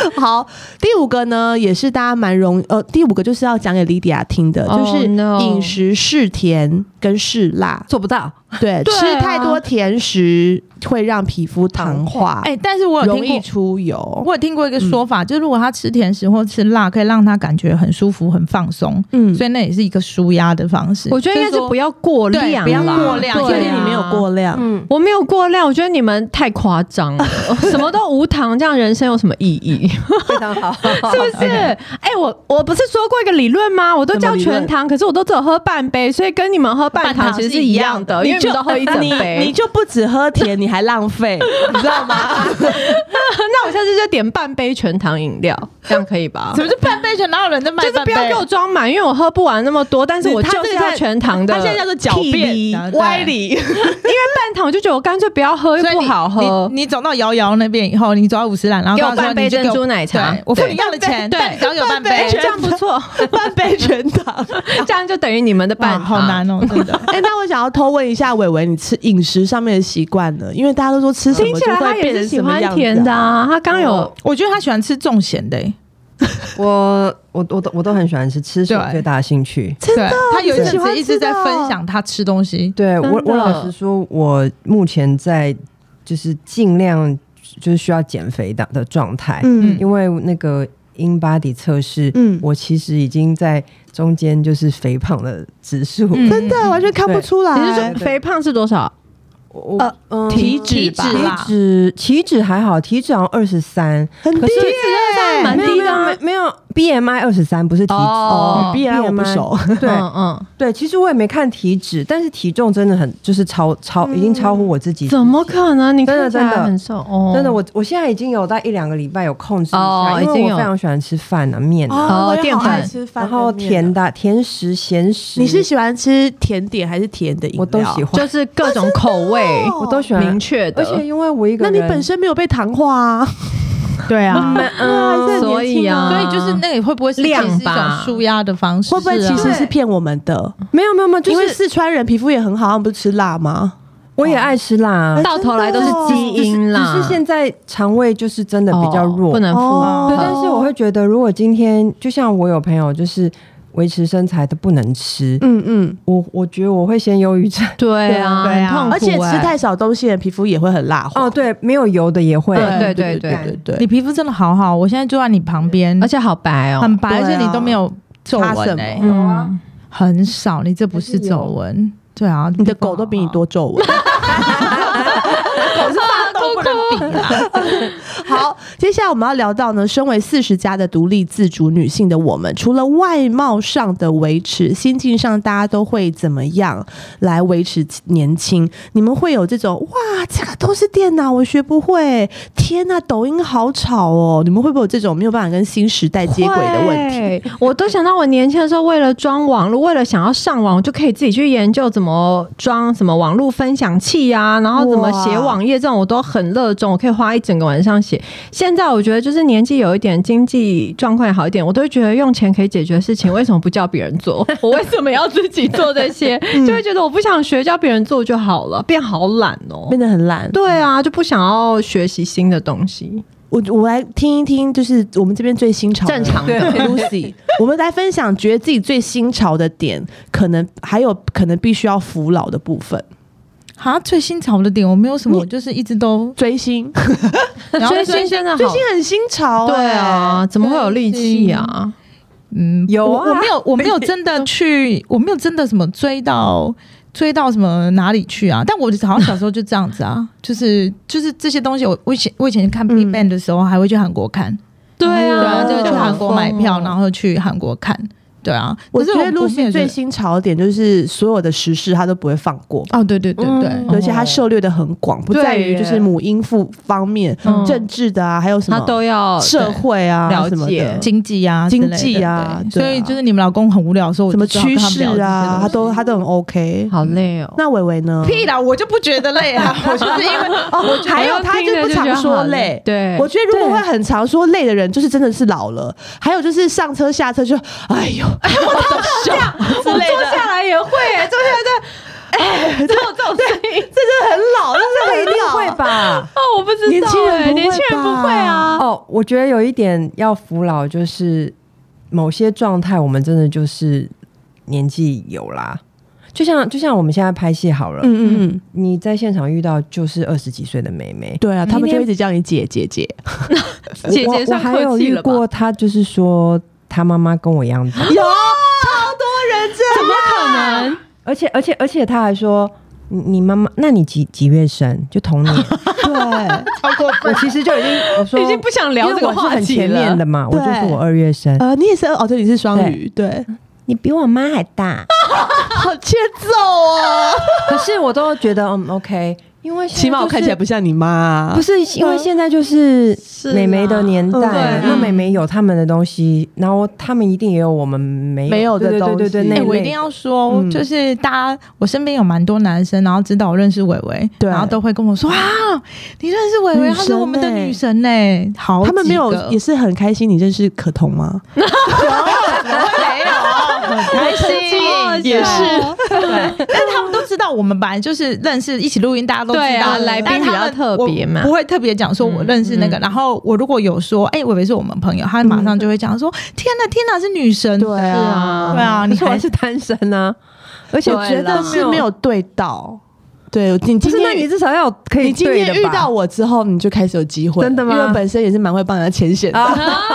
好，第5个呢，也是大家蛮第5个就是要讲给莉迪亚听的，就是饮食嗜甜跟嗜辣， 做不到。 对，吃太多甜食会让皮肤糖化， 但是我有听过容易出油。 我有听过一个说法，就是如果他吃甜食或吃辣，可以让他感觉很舒服、很放松。所以那也是一个舒压的方式。 我觉得应该是不要过量， 不要过量。 确定你没有过量？ 我没有过量。我觉得你们太夸张了，什么都无糖，这样人生有什么意义？ 非常好， 是不是？我不是说过一个理论吗？我都叫全糖，可是我都只有喝半杯，所以跟你们喝半糖其实是一样的，因为你们都喝一整杯， 你就不只喝甜，你还浪费，你知道吗？ 那我下次就点半杯全糖饮料，这样可以吧？ 什么是半杯全？哪有人在卖半杯？ 就是不要给我装满，因为我喝不完那么多，但是我就是要全糖的。 他现在叫做狡辩歪理，因为半糖我就觉得我干脆不要喝，又不好喝。 你走到瑶瑶那边以后，你走到50兰，然后给我半杯珍珠奶茶， 我付你要的钱，对，只要给我半杯， 这样不错， 半杯全糖， 这样就等于你们的半糖。 好难哦，真的。 那我想要偷问一下伟伟，你吃饮食上面的习惯呢？因为大家都说吃什么就会变成什么样子。 甜的啊，他刚有， 我觉得他喜欢吃重咸的。 我都很喜欢吃，是我最大的兴趣。 真的， 他有一阵子一直在分享他吃东西。 对我老实说，我目前在就是尽量就是需要减肥的状态，因为那个InBody 测试，我其实已经在中间就是肥胖的指数， 真的完全看不出来。 你是说肥胖是多少？ 体脂吧， 体脂还好，体脂好像23， 很低耶， 蛮低的。 没有 BMI 23，不是体脂。 BMI 我不熟。 对，其实我也没看体脂，但是体重真的很就是超已经超乎我自己。 怎么可能？你看起来很瘦， 真的，我现在已经有在1-2个礼拜有控制一下，因为我非常喜欢吃饭啊、面啊、 淀粉， 然后甜的、甜食、咸食。 你是喜欢吃甜点还是甜的饮料？ 我都喜欢， 就是各种口味。 我都喜欢明确的， 而且因为我一个人， 那你本身没有被糖化啊？ 对啊， 所以就是那个会不会是量一种舒压的方式？ 会不会其实是骗我们的？ 没有，就是因为四川人皮肤也很好，他们不是吃辣吗？ 我也爱吃辣， 到头来都是基因啦， 只是现在肠胃就是真的比较弱， 不能负荷。 对，但是我会觉得，如果今天就像我有朋友就是维持身材都不能吃，我觉得我会先忧郁症。 对啊， 而且吃太少东西的皮肤也会很蜡黄。 对，没有油的也会。 对， 你皮肤真的好好，我现在坐在你旁边， 而且好白哦， 很白，而且你都没有皱纹很少，你这不是皱纹。对啊， 你的狗都比你多皱纹。狗是大都不能比啦。好，接下来我们要聊到呢，身为40+的独立自主女性的我们，除了外貌上的维持，心境上大家都会怎么样来维持年轻？你们会有这种哇，这个都是电脑，我学不会，天哪，抖音好吵哦！你们会不会有这种没有办法跟新时代接轨的问题？ 我都想到我年轻的时候，为了装网络，为了想要上网，我就可以自己去研究怎么装什么网络分享器啊，然后怎么写网页，这种我都很热衷，我可以花一整个晚上写。现在我觉得就是年纪有一点，经济状况也好一点，我都会觉得用钱可以解决的事情，为什么不叫别人做？我为什么要自己做这些？就会觉得我不想学，叫别人做就好了，变好懒哦， 变得很懒。 对啊，就不想要学习新的东西。 我来听一听，就是我们这边最新潮的正常的 Lucy， 我们来分享觉得自己最新潮的点，可能还有可能必须要服老的部分。 最新潮的点我没有什么，我就是一直都追星， 追星真的好， 追星很新潮。 对啊，怎么会有力气啊？ 有啊，我没有真的去，我没有真的什么追到什么哪里去啊？但我好像小时候就这样子啊，就是这些东西，我以前看 BigBang 的时候，还会去韩国看。 对啊， 就是去韩国买票，然后去韩国看。对啊， 我觉得Lucy最新潮的点就是所有的时事他都不会放过。 对， 而且他涉猎的很广，不在于就是母婴父方面，政治的啊，还有什么他都要社会啊， 了解经济啊，所以就是你们老公很无聊的时候， 什么趋势啊，他都很 OK。 好累哦。 那伟伟呢？ 屁啦，我就不觉得累啊，我就是因为还有他就不常说累。 对， 我觉得如果会很常说累的人，就是真的是老了。还有就是上车下车就哎呦。 我这样，我坐下来也会，坐下来这有这种声音， 这真的很老，这是一定会吧？ 我不知道年轻人不会啊。 我觉得有一点要服老，就是某些状态我们真的就是年纪有啦。就像我们现在拍戏好了，你在现场遇到就是20几岁的妹妹， 对啊，他们就一直叫你姐姐姐姐姐， 我还有遇过，她就是说她妈妈跟我一样大， 有超多人这样， 怎么可能？ 而且她还说你妈妈，那你几月生？就同年， 对， 超过分。 我其实就已经不想聊这个话题了， 因为我是很前面的嘛，我就说我2月生， 你也是对，你是双鱼，对。 你比我妈还大， 好欠揍哦！ 可是我都觉得OK，因为起码我看起来不像你妈， 不是因为现在就是美眉的年代，那美眉有他们的东西，然后他们一定也有我们没有的东西。 对，我一定要说，就是大家，我身边有蛮多男生，然后知道我认识伟伟，然后都会跟我说啊，你认识伟伟，她是我们的女神嘞。好， 他们没有也是很开心你认识可彤吗？ 没有。很开心， 也是， 对，但是他们都知道我们本来就是认识，一起录音，大家都知道， 来宾比较特别嘛， 不会特别讲说我认识那个。然后我如果有说，伟伟是我们朋友，他马上就会讲说，天哪，是女神， 对啊， 你还是单身啊，而且觉得是没有对到。对，你今天你至少要可以， 你今天遇到我之后，你就开始有机会， 真的吗？ 因为本身也是蛮会帮人家牵线的。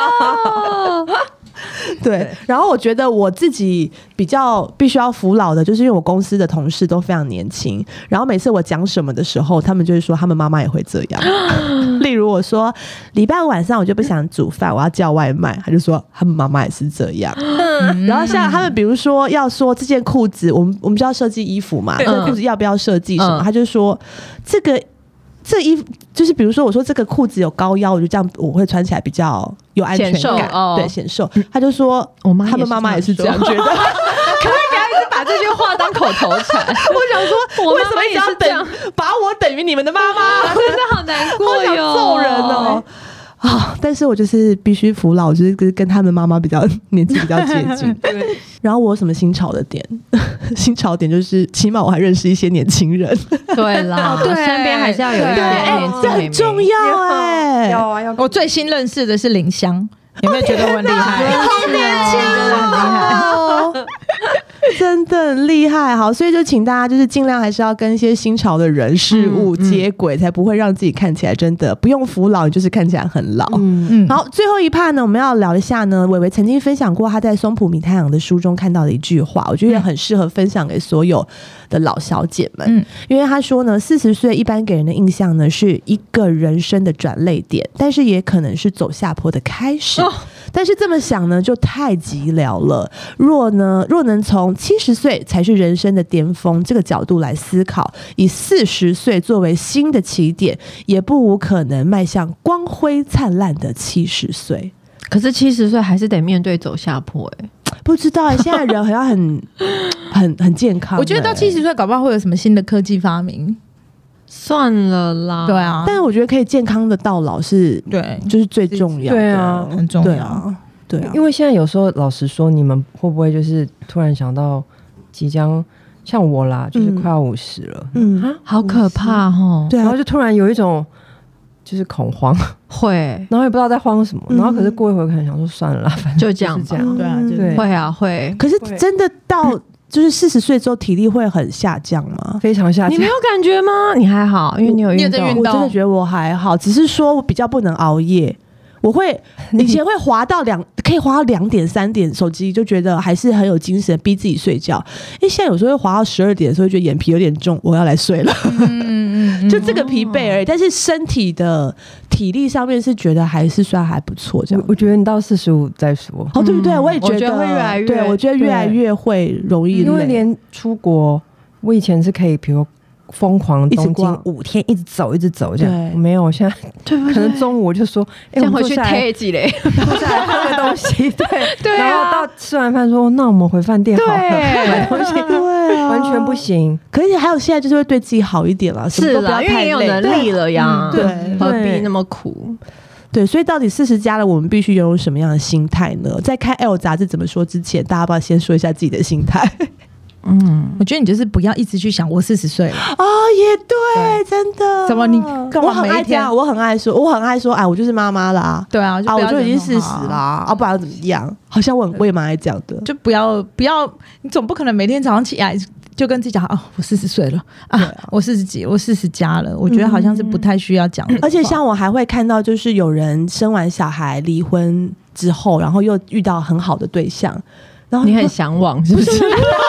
对，然后我觉得我自己比较必须要服老的，就是因为我公司的同事都非常年轻，然后每次我讲什么的时候，他们就会说他们妈妈也会这样。例如我说礼拜五晚上我就不想煮饭，我要叫外卖，他就说他们妈妈也是这样。然后像他们比如说要说这件裤子，我们就要设计衣服嘛，这个裤子要不要设计什么，他就说这衣服就是比如说我说这个裤子有高腰，我就这样我会穿起来比较有安全感，对，显瘦。他就说他们妈妈也是这样觉得。可不可以不要一直把这句话当口头禅？ 我想说，为什么一直要把我等于你们的妈妈？ 真的好难过哟， 好想揍人哦！但是我就是必须服老，就是跟他们妈妈比较年纪比较接近。对。然后我有什么新潮的点？新潮点就是起码我还认识一些年轻人。 对啦，对，身边还是要有一些年轻人， 这很重要哎。 要啊， 我最新认识的是林香，有没有觉得我很厉害？ 好年轻，真的很厉害。真的很厉害，好，所以就请大家就是尽量还是要跟一些新潮的人事物接轨，才不会让自己看起来真的不用服老，就是看起来很老。好，最后一 part 呢，我们要聊一下呢，伟伟曾经分享过他在松浦弥太郎的书中看到的一句话，我觉得也很适合分享给所有的老小姐们。因为他说呢，40岁一般给人的印象呢是一个人生的转捩点，但是也可能是走下坡的开始。但是这么想呢，就太寂寥了。若能从70岁才是人生的巅峰这个角度来思考，以40岁作为新的起点，也不无可能迈向光辉灿烂的70岁。 可是70岁还是得面对走下坡不知道现在人好像很健康。 我觉得到70岁搞不好会有什么新的科技发明。 算了啦， 对啊， 但是我觉得可以健康的到老是，对，就是最重要的， 对啊， 很重要， 对啊。 因为现在有时候老实说，你们会不会就是突然想到即将像我啦，就是快要50了， 好可怕哦， 对啊， 然后就突然有一种就是恐慌， 会， 然后也不知道在慌什么，然后可是过一会可能想说算了啦，反正就这样， 对啊， 对，会啊会， 可是真的到。就是40岁之后体力会很下降吗？ 非常下降。 你没有感觉吗？你还好，因为你有运动。 我真的觉得我还好，只是说我比较不能熬夜。我会以前会滑到可以滑到2点3点手机，就觉得还是很有精神，逼自己睡觉。因为现在有时候会滑到12点的时候，觉得眼皮有点重，我要来睡了。就这个疲惫而已，但是身体的体力上面是觉得还是算还不错。这样， 我觉得你到45再说。 对不对？我也觉得会越来越， 对，我觉得越来越会容易累， 因为连出国，我以前是可以，比如疯狂东京5天一直走这样，我没有，现在可能中午我就说， 这样回去贴几嘞， 坐下来喝个东西，对，然后到吃完饭说，那我们回饭店好了，买东西，对啊，完全不行。 可是还有现在就是会对自己好一点了， 是啦，因为你有能力了呀， 对， 何必那么苦？ 对，所以到底40加了，我们必须拥有什么样的心态呢？在看 L 杂志怎么说之前，大家要不要先说一下自己的心态？ 我觉得你就是不要一直去想我40岁了也对，真的。 怎么你干嘛每一天我很爱说，哎，我就是妈妈啦， 对啊， 我就已经40啦，不然怎么样？好像我也蛮爱讲的， 就不要，你总不可能每天早上起来就跟自己讲我40岁了我40几，我40加了，我觉得好像是不太需要讲的。 而且像我还会看到，就是有人生完小孩离婚之后，然后又遇到很好的对象，然后你很向往是不是？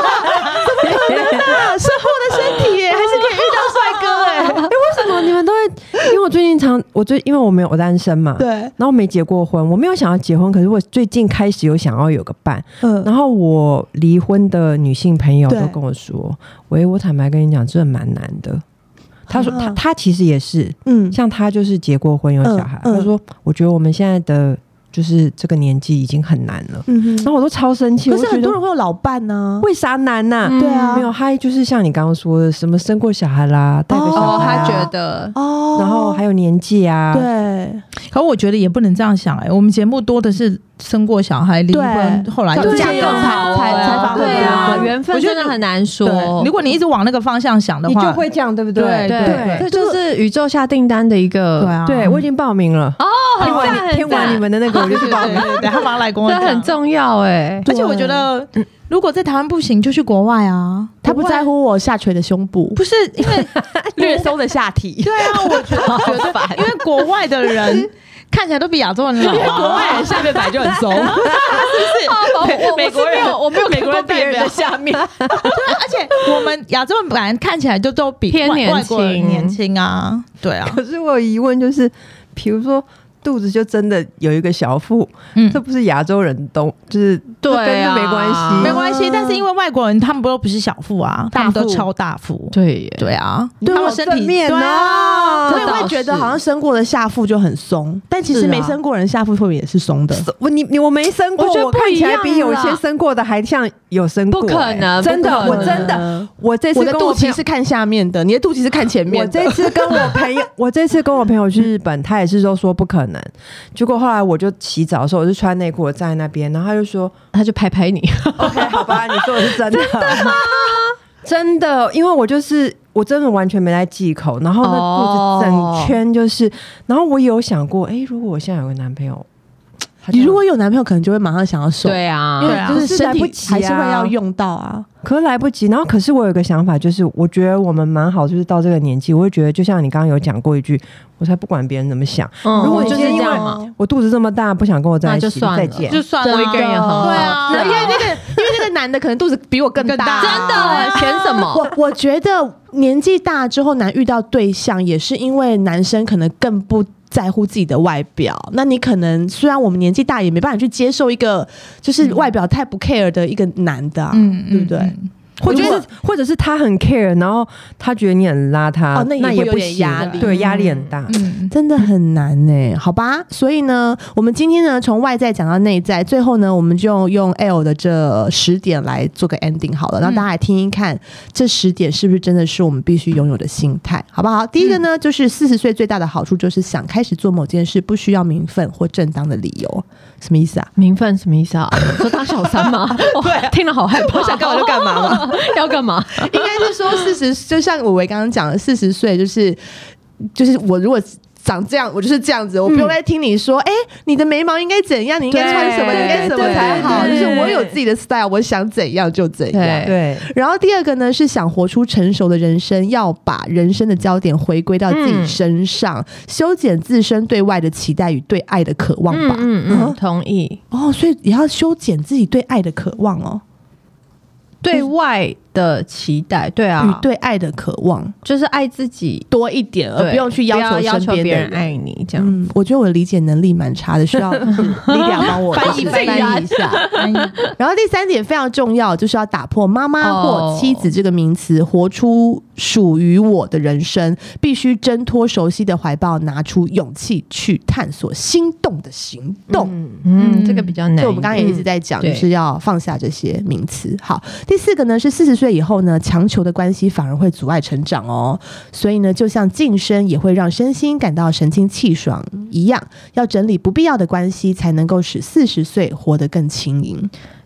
生活的身体耶，还是可以遇到帅哥哎！ 为什么你们都会？因为我最近因为我单身嘛， 对， 然后没结过婚，我没有想要结婚，可是我最近开始有想要有个伴，然后我离婚的女性朋友都跟我说，我坦白跟你讲，这蛮难的。他说他其实也是，像他就是结过婚有小孩，他说我觉得我们现在的。就是这个年纪已经很难了，然后我都超生气。 可是很多人会有老伴呢， 为啥难呢？ 对啊， 没有，他就是像你刚刚说的，什么生过小孩啦，带个小孩， 他觉得然后还有年纪啊， 对。 可我觉得也不能这样想我们节目多的是生过小孩离婚，后来就嫁更好才发挥对啊，缘分真的很难说。 如果你一直往那个方向想的话， 你就会这样，对不对？ 对，这就是宇宙下订单的一个。 对，我已经报名了听完你们的那个，我就去报名。 对，他马上来跟我讲， 这很重要而且我觉得，如果在台湾不行，就去国外啊。 他不在乎我下垂的胸部， 不是因为略松的下体。 对啊，我觉得，因为国外的人。看起来都比亚洲人老国外人下面本来就很松，是不是？美国人，我没有美国人别人的下面， 对，而且我们亚洲人本来看起来就都比偏外国人年轻啊，对啊。 可是我有疑问，就是比如说。肚子就真的有一个小腹，这不是亚洲人都就是对啊， 没关系， 没关系。但是因为外国人他们不是小腹啊，他们都超大腹，对啊，他们身体面啊，我也会觉得好像生过的下腹就很松，但其实没生过人下腹会不会也是松的？ 我没生过，我看起来比有些生过的还像有生过， 不可能， 真的，我真的，我这次我的肚脐是看下面的，你的肚脐是看前面的。 我这次跟我朋友去日本，他也是说不可能。结果后来我就洗澡的时候，我就穿内裤，我站在那边，然后他就说， 他就拍拍你 ，OK， 好吧，你说的是真的， 真的吗？ 真的，因为我真的完全没在忌口，然后那肚子整圈就是，然后我有想过，如果我现在有个男朋友。 你如果有男朋友，可能就会马上想要瘦， 对啊， 因为就是身体还是会要用到啊， 可是来不及。然后，可是我有个想法，就是我觉得我们蛮好，就是到这个年纪，我会觉得，就像你刚刚有讲过一句，我才不管别人怎么想。如果你今天因为我肚子这么大，不想跟我在一起，再见， 就算了，我一个人也很好。 对啊，因为那个男的可能肚子比我更大， 真的，嫌什么？ 我觉得年纪大之后难遇到对象，也是因为男生可能更不在乎自己的外表，那你可能虽然我们年纪大，也没办法去接受一个就是外表太不 care 的一个男的对不对？ 或者是他很 care， 然后他觉得你很邋遢，那也不行， 压力， 对，压力很大， 真的很难好吧？所以呢，我们今天呢从外在讲到内在，最后呢我们就用 L 的这10点来做个 ending 好了，让大家来听一看这10点是不是真的是我们必须拥有的心态，好不好？第一个呢，就是40岁最大的好处就是想开始做某件事不需要名分或正当的理由。什么意思啊？ 名分什么意思啊？说当小三吗？对，听了好害怕。 我想干嘛就干嘛嘛。 要干嘛？ 应该是说40，就像伟刚刚讲的，40岁就是我如果长这样，我就是这样子，我不用再听你说，你的眉毛应该怎样，你应该穿什么，你应该什么才好，就是我有自己的 style， 我想怎样就怎样。 对。 然后第二个呢，是想活出成熟的人生，要把人生的焦点回归到自己身上，修剪自身对外的期待与对爱的渴望吧。 同意。 所以也要修剪自己对爱的渴望哦。 对外的期待，对啊， 与对爱的渴望， 就是爱自己多一点，而不用去要求别人爱你这样。 我觉得我的理解能力蛮差的，需要Lydia帮我翻译一下。然后第3点非常重要，就是要打破妈妈或妻子这个名词，活出属于我的人生，必须挣脱熟悉的怀抱，拿出勇气去探索心动的行动。 这个比较难。 所以我们刚刚也一直在讲，就是要放下这些名词。好，第4个呢是40岁以后呢，强求的关系反而会阻碍成长哦。所以呢，就像晋升也会让身心感到神清气爽一样，要整理不必要的关系，才能够使40岁活得更轻盈。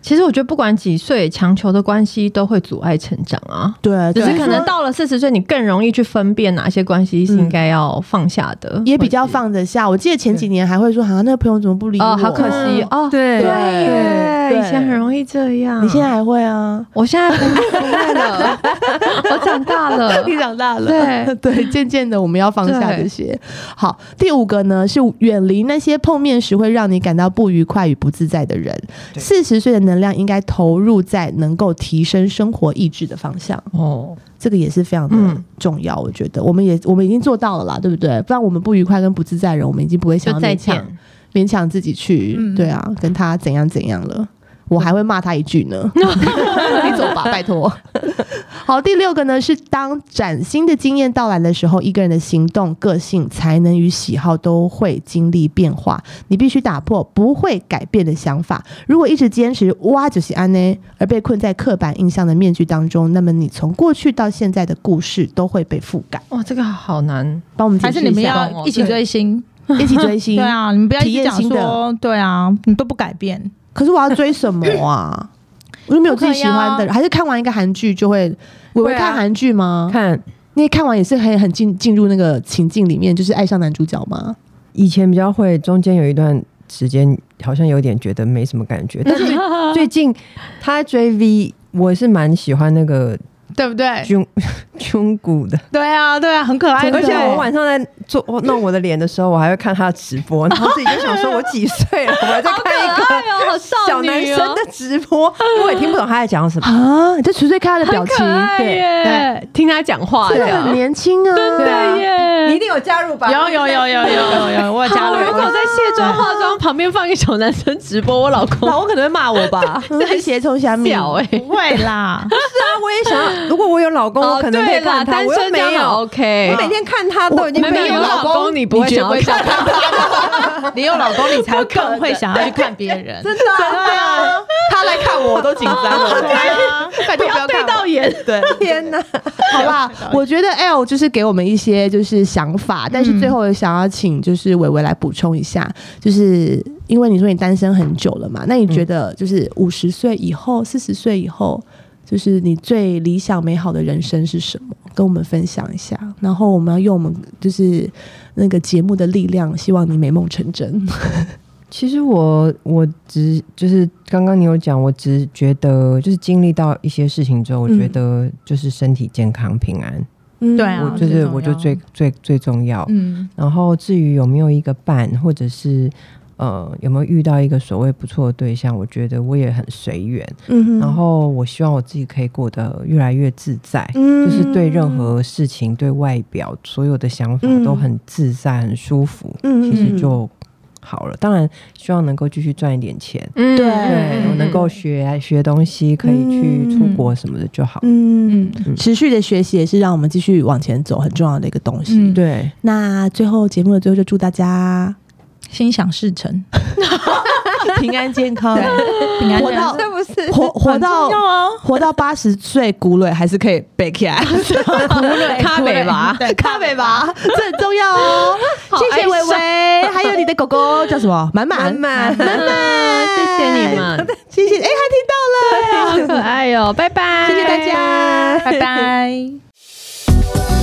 其实我觉得不管几岁，强求的关系都会阻碍成长啊。 对， 只是可能到了40岁，你更容易去分辨哪些关系是应该要放下的， 也比较放得下。我记得前几年还会说，好像那个朋友怎么不理我？ 好可惜哦。 对， 以前很容易这样。 你现在还会啊？ 我现在不会了，我长大了， 你长大了。 对， 渐渐的我们要放下这些。好，第5个呢是远离那些碰面时会让你感到不愉快与不自在的人。40岁的能量应该投入在能够提升生活意志的方向。这个也是非常的重要。我觉得我们已经做到了啦，对不对？不然我们不愉快跟不自在的人，我们已经不会想要勉强自己去对啊，跟他怎样了。我还会骂他一句呢你走吧，拜托。好，第6个呢是当崭新的经验到来的时候，一个人的行动、个性、才能与喜好都会经历变化，你必须打破不会改变的想法。如果一直坚持哇就是安呢，而被困在刻板印象的面具当中，那么你从过去到现在的故事都会被覆盖。 哇，这个好难， 帮我们解释一下。 还是你们要一起追星？ 一起追星？ 对啊，你们不要一直讲体验新的说，对啊，你都不改变。 可是我要追什么啊？我就没有自己喜欢的人，还是看完一个韩剧就会？我会看韩剧吗？ 看， 那看完也是很进入那个情境里面，就是爱上男主角吗？ 以前比较会，中间有一段时间好像有点觉得没什么感觉，但是最近他追 V， 我是蛮喜欢那个。 对不对？ 中古的， 对啊，很可爱。 而且我晚上在弄我的脸的时候，我还会看他的直播，然后自己就想说，我几岁了，我还在看一个小男生的直播，我也听不懂他在讲什么啊！你就纯粹看他的表情， 对，听他讲话， 真的很年轻啊， 真的耶！ 你一定有加入吧？ 有，我有加入。 如果在卸妆化妆旁边放一个小男生直播，我老公可能会骂我吧？这鞋从下面不会啦。 是啊，我也想，如果我有老公，我可能可以看他。 单身没有 OK， 我每天看他都已经没有老公，你不会想要看他。你有老公，你才更会想要去看别人。 真的啊！他来看我都紧张了。 对啊， 拜托不要对到眼。 对， 天哪！ 好吧，我觉得 L 就是给我们一些就是想法，但是最后想要请就是伟伟来补充一下，就是因为你说你单身很久了嘛，那你觉得就是50岁以后、40岁以后，就是你最理想美好的人生是什么？跟我们分享一下。然后我们要用我们就是那个节目的力量，希望你美梦成真。 其实我只就是刚刚你有讲，我只觉得就是经历到一些事情之后，我觉得就是身体健康平安。 对啊， 我就最重要。然后至于有没有一个伴，或者是有没有遇到一个所谓不错的对象，我觉得我也很随缘。然后我希望我自己可以过得越来越自在，就是对任何事情、对外表所有的想法都很自在、很舒服。其实就好了。当然希望能够继续赚一点钱，对，我能够学东西，可以去出国什么的就好。 持续的学习也是让我们继续往前走很重要的一个东西。 对。 那最后节目的最后就祝大家心想事成， 平安健康， 平安活到是不是活到80岁，骨髓还是可以背起来， 咖北吧， 对，咖北吧，这很重要哦。谢谢伟伟，还有你的狗狗叫什么？满满， 谢谢你们， 谢谢。还听到了， 好可爱哟，拜拜， 谢谢大家， 拜拜。